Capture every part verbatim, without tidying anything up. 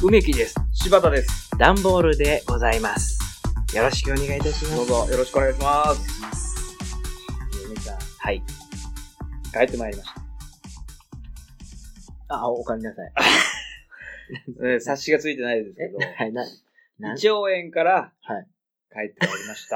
梅木です。 柴田です。 ダンボールでございます。よろしくお願いいたします。 どうぞよろしくお願いします。 梅木さん。 はい。帰ってまいりました。 あ、おかえりなさい。 えー、察しがついてないですけど、 はい、な、 な、胃腸炎から、 はい。 帰ってまいりました。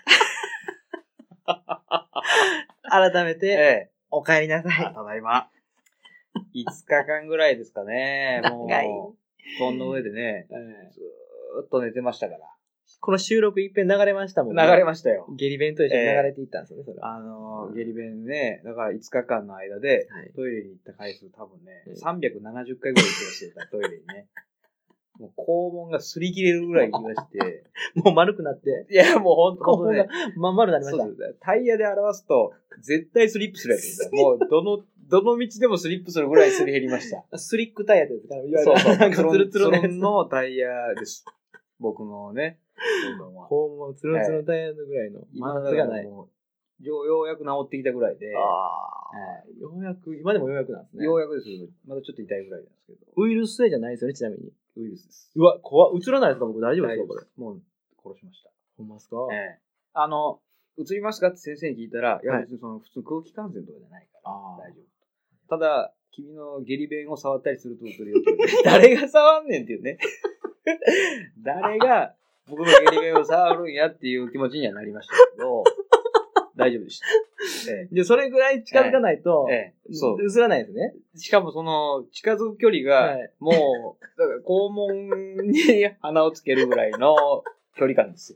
改めて、 ええ、 お帰りなさい。 ただいま。いつかかんぐらいですかね。もう、布団の上でね、えー、ずーっと寝てましたから。 この収録一遍流れましたもんね。 流れましたよ。 ゲリ弁と一緒に流れていったんですよね、 えー、 それ。 あのー、ゲリ弁ね、だからいつかかんの間で、はい、トイレに行った回数多分ね、うん、さんびゃくななじゅっかいぐらい行ってましたよ、トイレにね。もう肛門が擦り切れるぐらい行きまして。 もう丸くなって。 いや、もうほんと肛門がまん丸になりました。 そうです。タイヤで表すと、絶対スリップするやつですよ。もう、どの、どの道でもスリップするぐらいすり減りました。 スリックタイヤですから、いわゆる。 そうそう。 なんかツルツルのタイヤです。僕のね。 肛門ツルツルのタイヤのぐらいの。 今がない。ようやく治ってきたぐらいで。 ああ、はい。ようやく、今でもようやくなんですね。 ようやくです。まだちょっと痛いぐらいなんですけど。 ウイルス性じゃないですよね、ちなみに。 ウイルスです。 うわ、怖っ。映らないですか僕大丈夫ですかこれ。 もう、殺しました。 ほんまですか？ ええ。あの、映りますかって先生に聞いたら、いや別にその普通空気感染とかじゃないから大丈夫。ただ、君の下痢弁を触ったりすると映るよって誰が触んねんっていうね。誰が僕の下痢弁を触るんやっていう気持ちにはなりましたけど、大丈夫でした。 ええ、でそれぐらい近づかないと、 ええ、そう映らないですね。 しかもその、近づく距離が、もう、だから肛門に鼻をつけるぐらいの距離感ですよ。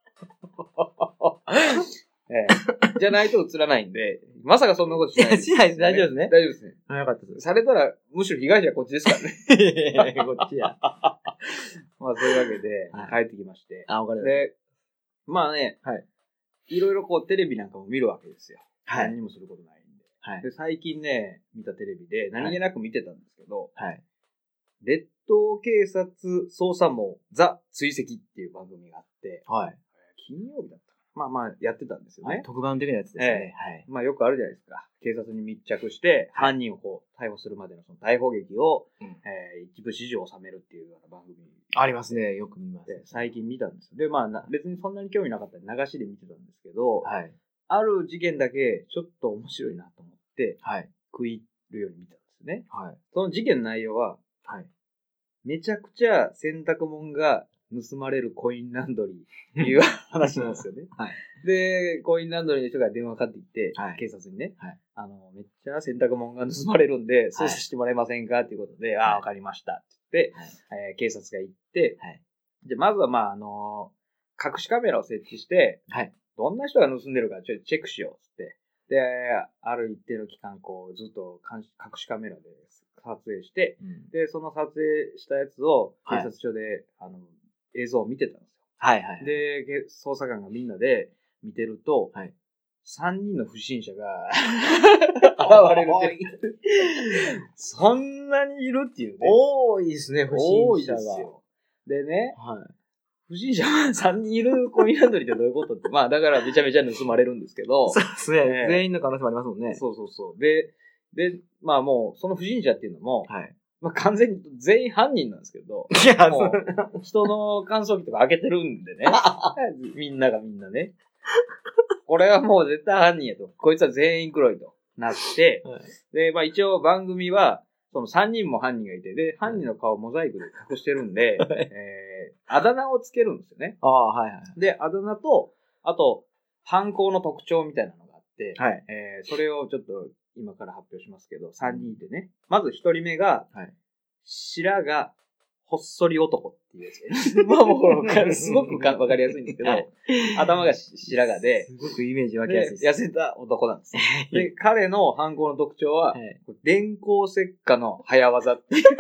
ええ、じゃないと映らないんで、まさかそんなことしないです、ね。 しないです。大丈夫ですね。 大丈夫ですね。 あ、よかったです。 されたら、むしろ被害者はこっちですからね。 こっちや。 まあ、そういうわけで、帰ってきまして。 あ、わかりました。で、まあね、 はい。 いろいろこう、テレビなんかも見るわけですよ。 はい。 何にもすることないんで。 はい。 で、最近ね、見たテレビで、何気なく見てたんですけど、 はい。 列島警察捜査網ザ追跡っていう番組があって、 はい。 金曜日だったかな。まあまあ、やってたんですよね。はい、 特番的なやつですね。 えー、はい。まあよくあるじゃないですか。警察に密着して、犯人をこう、逮捕するまでのその逮捕劇を、うん、えー、一部始終を収めるっていうような番組。 ありますね。よく見ます。 最近見たんですよ。で、まあ別にそんなに興味なかったんで流しで見てたんですけど、 はい。 ある事件だけちょっと面白いなと思って、 はい。 食い入るように見たんですね。 はい。 その事件の内容は、 はい。 めちゃくちゃ洗濯物が盗まれるコインランドリーっていう話なんですよね。 はい。 で、コインランドリーの人が電話かかってきて、はい、警察にね、はい、あの、めっちゃ洗濯物が盗まれるんで、捜査してもらえませんかっていうことで、はい、ああ、わかりましたって言って、はい、えー、警察が行って、はい、で、まずはまあ、あのー、隠しカメラを設置して、はい、どんな人が盗んでるかちょっとチェックしようって。で、ある一定の期間、こう、ずっと隠しカメラで撮影して、うん、で、その撮影したやつを警察署で、はい、あの、映像を見てたんですよ。 はいはい、はい。 で、捜査官がみんなで見てると、はい、さんにんの不審者が現れるっていう。そんなにいるっていうね。 多いですね、不審者が。 多いですよ。でね、 はい、 不審者がさんにんいるコインランドリーってどういうことって、まあだからめちゃめちゃ盗まれるんですけど。 そうですね、ね。全員の可能性もありますもんね。 そうそうそう。で、で、まあもう、その不審者っていうのも、 はい、まあ完全に全員犯人なんですけど、いやもう人の乾燥機とか開けてるんでね。みんながみんなね。これはもう絶対犯人やと。こいつは全員黒いとなって、はい、で、まあ一応番組は、そのさんにんも犯人がいて、で、犯人の顔をモザイクで隠してるんで、はい、えー、あだ名をつけるんですよね。 ああ、はいはい。 で、あだ名と、あと、犯行の特徴みたいなのがあって、 はい、 えー、それをちょっと今から発表しますけど、さんにんでね。まずひとりめが、はい、白髪ほっそり男っていうやつね。まあもう、すごくわかりやすいんですけど、はい、頭が白髪で、 すごくイメージ湧きやすいです。痩せた男なんです。で、彼の犯行の特徴は、はい、電光石火の早技っていう。ね、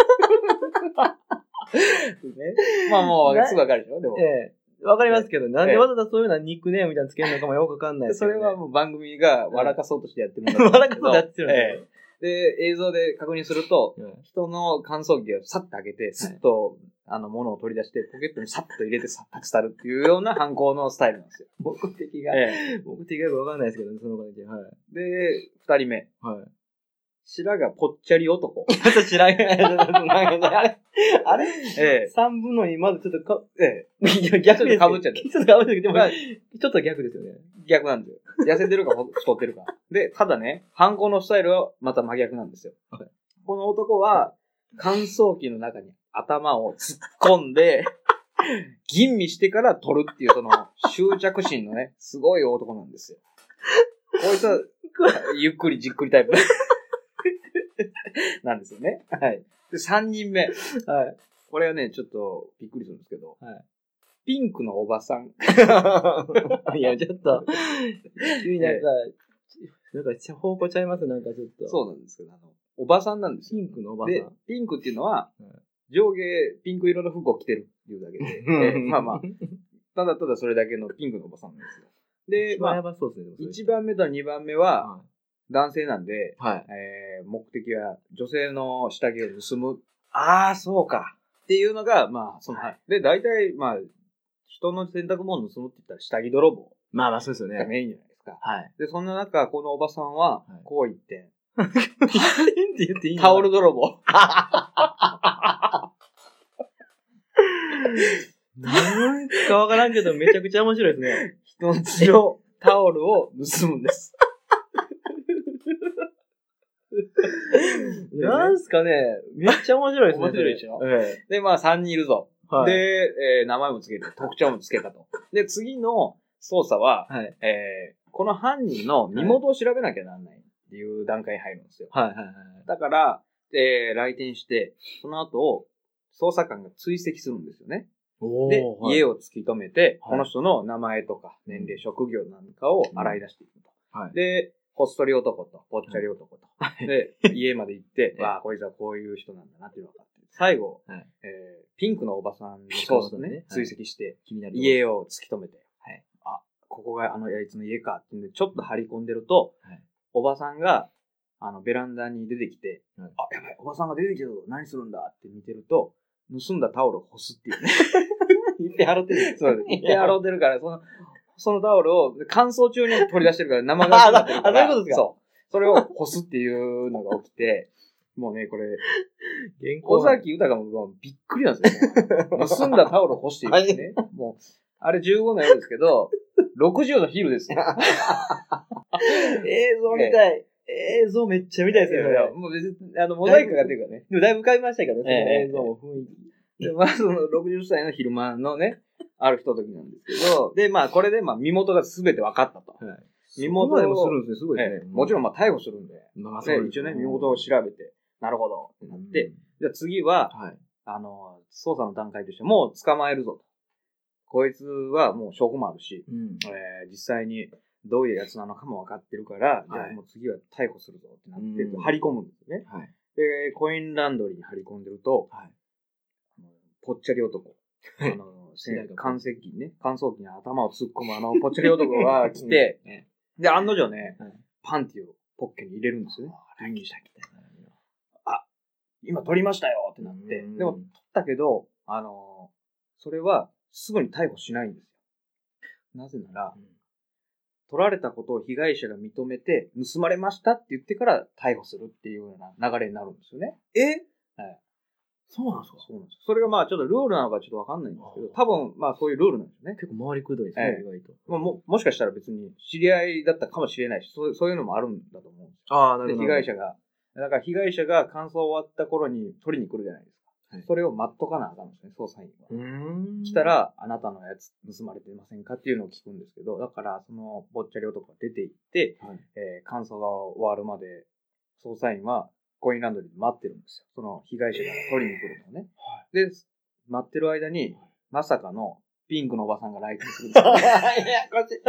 まあもう、すぐわかるでしょでも。 ええ、わかりますけど、なんでわざわざそういうのはニックネームみたいなのつけるのかもよくわかんないですよね。 それはもう番組が笑かそうとしてやってるんだけど。笑かそうとやってるんですよ。 で、映像で確認すると、うん、人の乾燥機をサッと開けて、スッと、はい、あの、物を取り出して、ポケットにサッと入れて、さっと立ち去るっていうような犯行のスタイルなんですよ。 目的が、ええ、目的がよくわかんないですけどね、その感じ。はい。 で、二人目。 はい。 白髪ぽっちゃり男。 ちょっと知らん。あれあれええ。 三分の二、まずちょっとか、 ええ。逆です。 かぶっちゃって。 ちょっとかぶっちゃって。でも、ちょっと逆ですよね。 逆なんですよ。痩せてるか太ってるか。で、ただね、犯行のスタイルはまた真逆なんですよ。 はい、 この男は、乾燥機の中に頭を突っ込んで、吟味してから取るっていう、その、執着心のね、すごい男なんですよ。こいつは、ゆっくりじっくりタイプなんですよね。はい。で、三人目。 はい。 これはね、ちょっとびっくりするんですけど、 はい。 ピンクのおばさん。 いや、ちょっと、急になんか、なんか、方向ちゃいますなんかちょっと。 そうなんですけど、あの、おばさんなんですよ。ピンクのおばさん。 で、ピンクっていうのは、上下ピンク色の服を着てるっていうだけで、まあまあ、ただただそれだけのピンクのおばさんなんですよ。で、まあ、いちばんめとにばんめは、男性なんで、はい、えー、目的は女性の下着を盗む。 ああ、そうか。 っていうのが、まあ、その、はい、で、大体、まあ、人の洗濯物を盗むって言ったら下着泥棒。 まあまあ、そうですよね。 メインじゃないですか。 はい。 で、そんな中、このおばさんは、こう言って、 はい、って言っていいの？ タオル泥棒。 なんかわからんけど、めちゃくちゃ面白いですね。 人の血を、タオルを盗むんです。 なんすかね、めっちゃ面白いですね。 面白いでしょ、 ええ、で、まあさんにんいるぞ。 はい、 で、えー、名前もつけて、特徴もつけたと。で、次の捜査は、はい、えー、この犯人の身元を調べなきゃならないっていう段階に入るんですよ。 はいはいはい。 だから、えー、来店して、その後、捜査官が追跡するんですよね。で、はい、家を突き止めて、はい、この人の名前とか年齢、職業なんかを洗い出していくと。はい、で、ほっそり男と、ぽっちゃり男と。はい、で、家まで行って、わあ、こいつはこういう人なんだなっていうのが分かって。最後、はい、えー、ピンクのおばさんの捜査ね、追跡して、家を突き止めて、はい、あ、ここがあのあいつの家かっていうんで、ちょっと張り込んでると、はい、おばさんが、あの、ベランダに出てきて、はい、あ、やばい、おばさんが出てきたぞ、何するんだって見てると、盗んだタオルを干すっていうね。 言って払ってる。 そうです。言って払ってるから、その、そのタオルを乾燥中に取り出してるから生乾きになってるから。 あ、そういうことですか？ そう。それを干すっていうのが起きて、もうね、これ、尾崎豊もびっくりなんですよ。盗んだタオルを干しているってね。もう、あれじゅうごの夜ですけど、ろくじゅうの昼ですよ。 映像見たい。映像めっちゃ見たいですよね。 もう別に、あの、モザイクがっていうかね。 でもだいぶ変えましたけどね、その映像も雰囲気。 で、まあ、そのろくじゅっさいの昼間のね、あるひとときなんですけど、で、まあ、これで、まあ、身元がすべて分かったと。はい、 身元でもするんですね、すごいですね。 もちろん、まあ、逮捕するんで。まあ、そう一応ね、身元を調べて、なるほど、ってなって、じゃあ次は、はい、あの、捜査の段階としてもう捕まえるぞと。こいつはもう証拠もあるし、うん、えー、実際にどういうやつなのかも分かってるから、はい、じゃあもう次は逮捕するぞってなって、うん、張り込むんですよね。はい、で、コインランドリーに張り込んでると、はい、あのぽっちゃり男。あの乾燥機にね、乾燥機に頭を突っ込むあのぽっちゃり男が来て、で、案の定ね、はい、パンティをポッケに入れるんですよね。あ、今取りましたよってなって。でも取ったけど、あの、それはすぐに逮捕しないんですよ。なぜなら、うん、取られたことを被害者が認めて、盗まれましたって言ってから逮捕するっていうような流れになるんですよね。 え？ はい。 そうなんですか？ そうなんです。それがまあちょっとルールなのかちょっとわかんないんですけど、多分まあそういうルールなんですよね。 結構回りくどいですね、 ええ、意外と。まあも、もしかしたら別に知り合いだったかもしれないし、そう、そういうのもあるんだと思うんですよ。 ああ、なるほど。 で、被害者が、だから被害者が乾燥終わった頃に取りに来るじゃないですか。はい、それを待っとかなあかんんですね、捜査員は。うーん。来たら、あなたのやつ盗まれていませんかっていうのを聞くんですけど、だからそのぼっちゃり男が出て行って、はい、えー、乾燥が終わるまで、捜査員はコインランドリーで待ってるんですよ。その被害者が取りに来るのをね。はい、で、待ってる間に、まさかのピンクのおばさんが来店するんですよ。いや、こっち。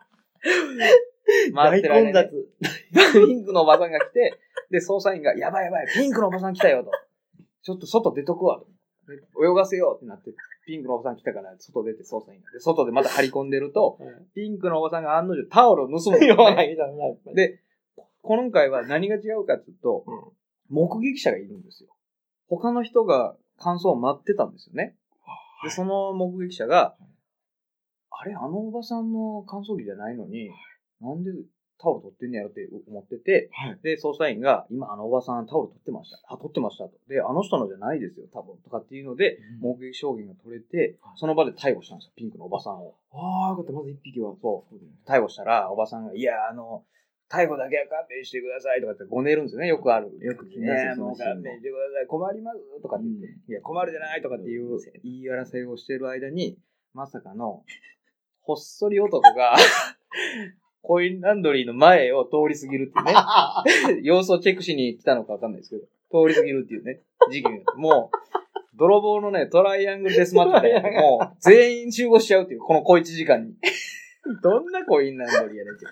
待ってる間に、ね、ピンクのおばさんが来て、で、捜査員が、やばいやばい、ピンクのおばさん来たよと。ちょっと外出とくわと。泳がせようってなって、ピンクのおばさん来たから外出て捜査員が。で、外でまた張り込んでると、ピンクのおばさんが案の定タオルを盗むんですよ、ね。で、今回は何が違うかっていうと、うん、目撃者がいるんですよ。他の人が乾燥を待ってたんですよね。で、その目撃者が、あれ、あのおばさんの乾燥機じゃないのに、なんでタオル取ってんねやろって思ってて、はい、で、捜査員が、今あのおばさんタオル取ってました。あ、取ってましたと。で、あの人のじゃないですよ、多分。とかっていうので、うん、目撃証言が取れて、その場で逮捕したんですよ、ピンクのおばさんを。 ああ、よかった、まず一匹は。 そう。逮捕したら、おばさんが、いや、あの、逮捕だけは勘弁してくださいとかってごねるんですよね。よくある。 よく聞きます。ね、もう勘弁してください。困りますとかって言って、うん、いや、困るじゃないとかっていう言い争いをしている間に、まさかの、ほっそり男が、コインランドリーの前を通り過ぎるっていうね。様子をチェックしに来たのかわかんないですけど、通り過ぎるっていうね、事件が。もう、泥棒のね、トライアングルデスマッチで、もう、全員集合しちゃうっていう、この小一時間に。どんなコインランドリーやねんって。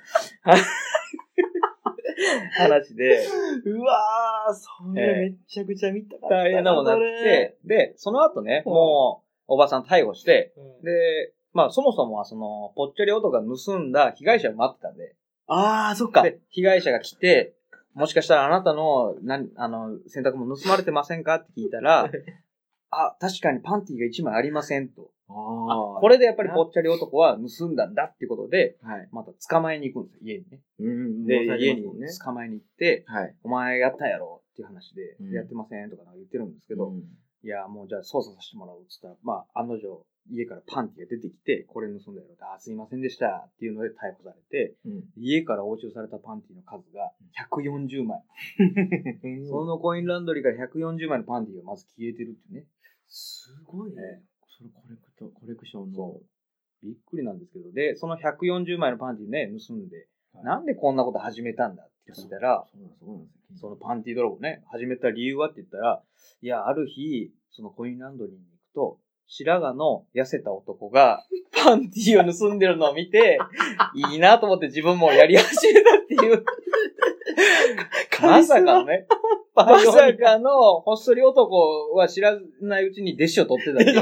話で。 うわー、それめちゃくちゃ見たかった。 大変なものになって、で、その後ね、もう、おばさん逮捕して、うん、で、まあ、そもそもはその、ぽっちゃり男が盗んだ被害者を待ってたんで。 あー、そっか。 で、被害者が来て、もしかしたらあなたの、なあの、洗濯物盗まれてませんかって聞いたら、あ、確かにパンティーが一枚ありませんと。ああ、これでやっぱりぽっちゃり男は盗んだんだっていうことで、はい、また捕まえに行くんですよ、家にね。うん、で、家に捕まえに行って、はい、お前やったやろっていう話で、うん、やってませんとか言ってるんですけど、うん、いや、もうじゃあ捜査させてもらうって言ったら、まあ、案の定、家からパンティが出てきて、これ盗んだやろって、あ、すいませんでしたっていうので逮捕されて、うん、家から押収されたパンティの数がひゃくよんじゅうまい。そのコインランドリーからひゃくよんじゅうまいのパンティがまず消えてるっていうね。 すごいね。えーそれコレクト、コレクションの。びっくりなんですけど、で、そのひゃくよんじゅうまいのパンティね、盗んで、はい、なんでこんなこと始めたんだって聞いたら、そのパンティ泥棒ね、始めた理由はって言ったら、いや、ある日、そのコインランドリーに行くと、白髪の痩せた男がパンティを盗んでるのを見て、いいなと思って自分もやり始めたっていう。まさかのね。まさかの、ほっそり男は知らないうちに弟子を取ってたっていう。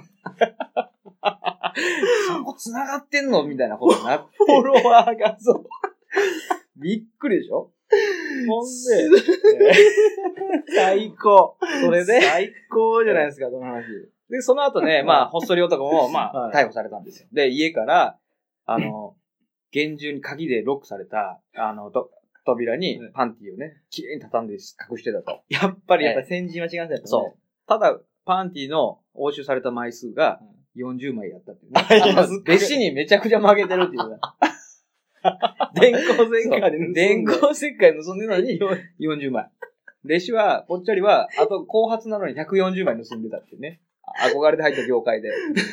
そこ繋がってんのみたいなことになって。 フォロワーが、そう。 びっくりでしょほんで、 最高。 それで、 最高じゃないですか、この話。 で、その後ね、まあ、ほっそり男も、まあ、逮捕されたんですよ。で、家から、あの、厳重に鍵でロックされた、あの、と、扉にパンティをね、きれいに畳んで隠してたと。 やっぱり、やっぱ先人は違うんだよね。 そう。ただ、パンティの押収された枚数がよんじゅうまいやったっていうね。弟子にめちゃくちゃ負けてるっていう。 電光石火で盗んで。 電光石火で盗んでるのによんじゅうまい。弟子は、ぽっちゃりは、あと後発なのにひゃくよんじゅうまい盗んでたっていうね。憧れで入った業界で。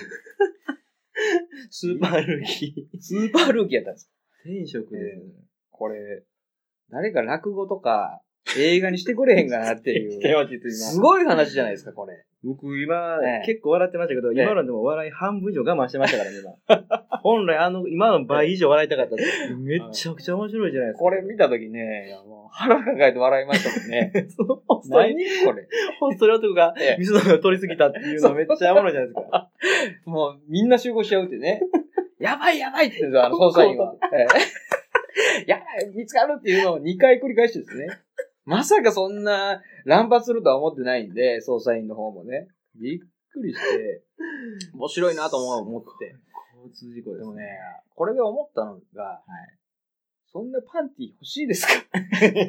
スーパールーキー。スーパールーキーやったんです。 天職ですね。 これ、誰か落語とか映画にしてくれへんかなっていう。すごい話じゃないですか、これ。 僕今、ええ、結構笑ってましたけど、ええ、今のでも笑い半分以上我慢してましたからね、今。本来あの、今の倍以上笑いたかった。めちゃくちゃ面白いじゃないですか。 これ見たときね、もう腹抱えて笑いましたもんね。何これ。 ほんとに男が水飲みを取りすぎたっていうのめっちゃおもろいじゃないですか。 もうみんな集合しちゃうってね。やばいやばいって言うんですよ、あの捜査員は。やばい、見つかるっていうのをにかい繰り返してですね。まさかそんな乱発するとは思ってないんで、捜査員の方もね。びっくりして、面白いなと思って。 交通事故ですね。 でもね、これで思ったのが、はい、そんなパンティ欲しいですかひゃく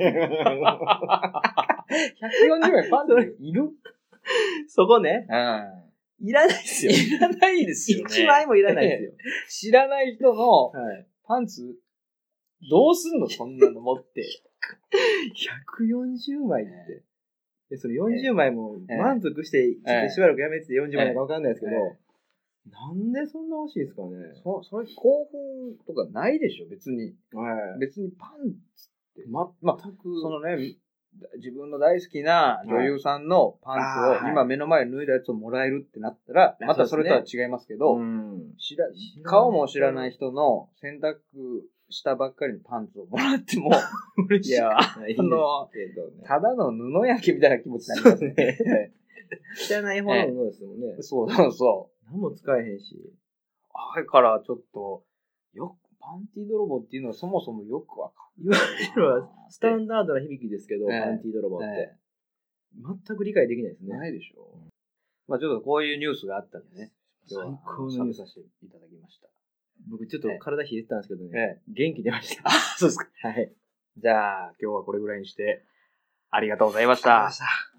よんじゅうまいパンティいるそこね。 うん。 いらないですよ。 いらないですよね。 一枚もいらないですよ。 知らない人のパンツ、どうすんのそんなの持って。 ひゃくよんじゅうまいって。で、そのよんじゅうまいも満足して、ちょっとしばらくやめててよんじゅうまいなんかわかんないですけど、なんでそんな欲しいですかね。 そ、それ興奮とかないでしょ、別に。はい、別にパンツって。ま、まあ、そのね、自分の大好きな女優さんのパンツを今目の前に脱いだやつをもらえるってなったら、またそれとは違いますけど、知ら顔も知らない人の洗濯したばっかりのパンツをもらっても、嬉しい。いや、あの、ただの布焼きみたいな気持ちになりますね。 汚い方の布ですもんね。 そうそうそう。 何も使えへんし。 だからちょっと、よく、パンティ泥棒っていうのはそもそもよくわかる。いわゆるスタンダードな響きですけど、パンティ泥棒って。全く理解できないですね。 ないでしょ。まあちょっとこういうニュースがあったんでね。 最高のニュースさせていただきました。 僕ちょっと体冷えてたんですけどね。元気出ました。 あ、そうですか。 はい。 じゃあ、今日はこれぐらいにして、ありがとうございました。ありがとうございました。